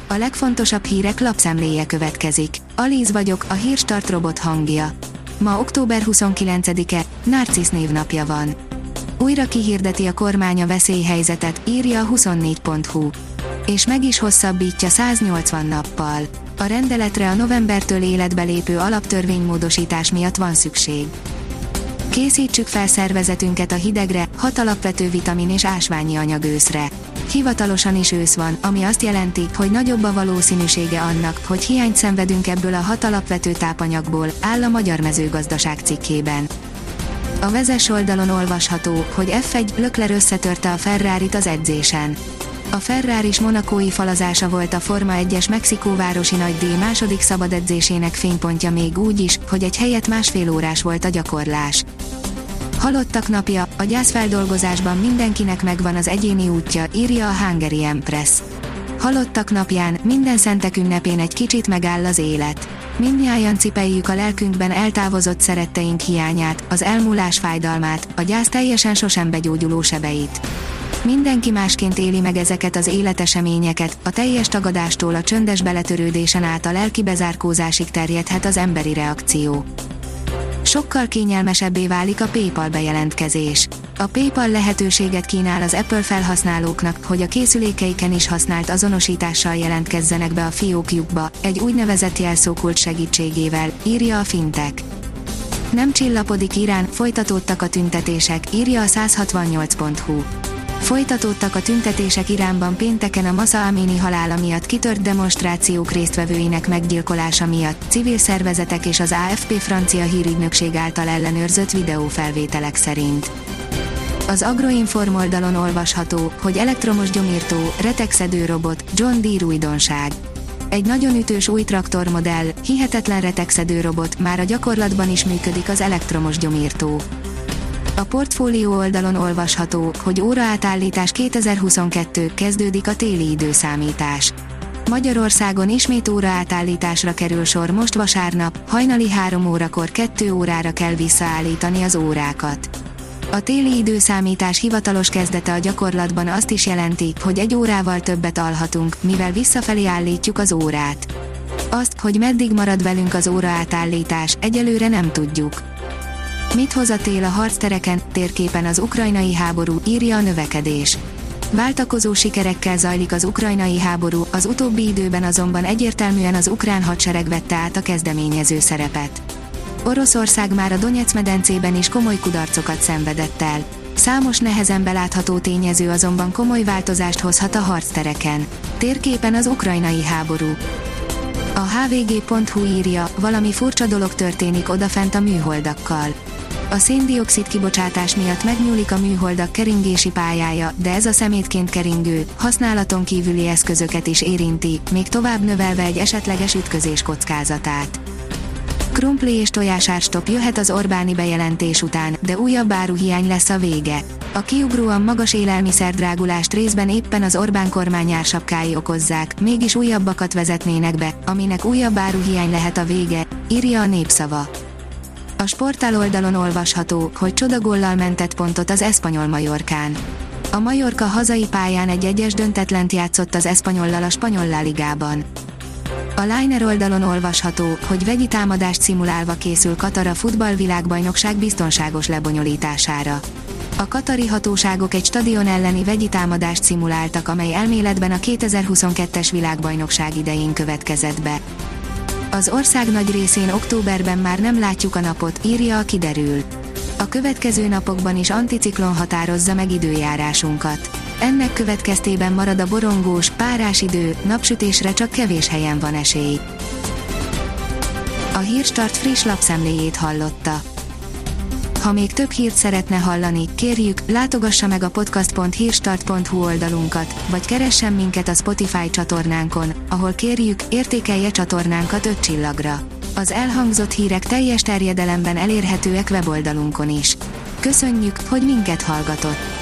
A legfontosabb hírek lapszemléje következik. Alíz vagyok, a Hírstart robot hangja. Ma október 29-e, Narcisz névnapja van. Újra kihirdeti a kormány a veszélyhelyzetet, írja a 24.hu. És meg is hosszabbítja 180 nappal. A rendeletre a novembertől életbe lépő alaptörvénymódosítás miatt van szükség. Készítsük fel szervezetünket a hidegre, 6 alapvető vitamin és ásványi anyag őszre. Hivatalosan is ősz van, ami azt jelenti, hogy nagyobb a valószínűsége annak, hogy hiányt szenvedünk ebből a 6 alapvető tápanyagból, áll a Magyar Mezőgazdaság cikkében. A Vezess oldalon olvasható, hogy F1 Leclerc összetörte a Ferrarit az edzésen. A Ferraris monacói falazása volt a Forma 1-es Mexikóvárosi nagydíj második szabad edzésének fénypontja, még úgy is, hogy egy helyett 1,5 órás volt a gyakorlás. Halottak napja, a gyászfeldolgozásban mindenkinek megvan az egyéni útja, írja a Hungary Empress. Halottak napján, minden szentek ünnepén egy kicsit megáll az élet. Mindnyájan cipeljük a lelkünkben eltávozott szeretteink hiányát, az elmúlás fájdalmát, a gyász teljesen sosem begyógyuló sebeit. Mindenki másként éli meg ezeket az életeseményeket, a teljes tagadástól a csöndes beletörődésen át a lelki bezárkózásig terjedhet az emberi reakció. Sokkal kényelmesebbé válik a PayPal bejelentkezés. A PayPal lehetőséget kínál az Apple felhasználóknak, hogy a készülékeiken is használt azonosítással jelentkezzenek be a fiókjukba, egy úgynevezett jelszókulcs segítségével, írja a Fintech. Nem csillapodik Irán, folytatódtak a tüntetések, írja a 168.hu. Folytatódtak a tüntetések Iránban pénteken a Mahsa Amini halála miatt kitört demonstrációk résztvevőinek meggyilkolása miatt, civil szervezetek és az AFP francia hírügynökség által ellenőrzött videófelvételek szerint. Az Agroinform oldalon olvasható, hogy elektromos gyomírtó, retegszedő robot, John Deere újdonság. Egy nagyon ütős új traktormodell, hihetetlen retegszedő robot, már a gyakorlatban is működik az elektromos gyomírtó. A portfólió oldalon olvasható, hogy óraátállítás 2022, kezdődik a téli időszámítás. Magyarországon ismét óraátállításra kerül sor most vasárnap, hajnali 3 órakor 2 órára kell visszaállítani az órákat. A téli időszámítás hivatalos kezdete a gyakorlatban azt is jelenti, hogy 1 órával többet alhatunk, mivel visszafelé állítjuk az órát. Azt, hogy meddig marad velünk az óraátállítás, egyelőre nem tudjuk. Mit hoz a tél a harctereken, térképen az ukrajnai háború, írja a Növekedés. Váltakozó sikerekkel zajlik az ukrajnai háború, az utóbbi időben azonban egyértelműen az ukrán hadsereg vette át a kezdeményező szerepet. Oroszország már a Donyeck-medencében is komoly kudarcokat szenvedett el. Számos nehezen belátható tényező azonban komoly változást hozhat a harctereken. Térképen az ukrajnai háború. A hvg.hu írja, valami furcsa dolog történik odafent a műholdakkal. A szén-dioxid kibocsátás miatt megnyúlik a műholdak keringési pályája, de ez a szemétként keringő, használaton kívüli eszközöket is érinti, még tovább növelve egy esetleges ütközés kockázatát. Krumpli és tojásárstop jöhet az Orbáni bejelentés után, de újabb áruhiány lesz a vége. A kiugróan magas élelmiszerdrágulást részben éppen az Orbán kormány ársapkái okozzák, mégis újabbakat vezetnének be, aminek újabb áruhiány lehet a vége, írja a Népszava. A Sportál oldalon olvasható, hogy csodagóllal mentett pontot az Espanyol Mallorcán. A Mallorca hazai pályán egy 1-es döntetlent játszott az Espanyollal a spanyol La Ligában. A Liner oldalon olvasható, hogy vegyi támadást szimulálva készül Katar a futballvilágbajnokság biztonságos lebonyolítására. A katari hatóságok egy stadion elleni vegyi támadást szimuláltak, amely elméletben a 2022-es világbajnokság idején következett be. Az ország nagy részén októberben már nem látjuk a napot, írja a Kiderül. A következő napokban is anticiklon határozza meg időjárásunkat. Ennek következtében marad a borongós, párás idő, napsütésre csak kevés helyen van esély. A Hírstart friss lapszemléjét hallotta. Ha még több hírt szeretne hallani, kérjük, látogassa meg a podcast.hírstart.hu oldalunkat, vagy keressen minket a Spotify csatornánkon, ahol kérjük, értékelje csatornánkat 5 csillagra. Az elhangzott hírek teljes terjedelemben elérhetőek weboldalunkon is. Köszönjük, hogy minket hallgatott!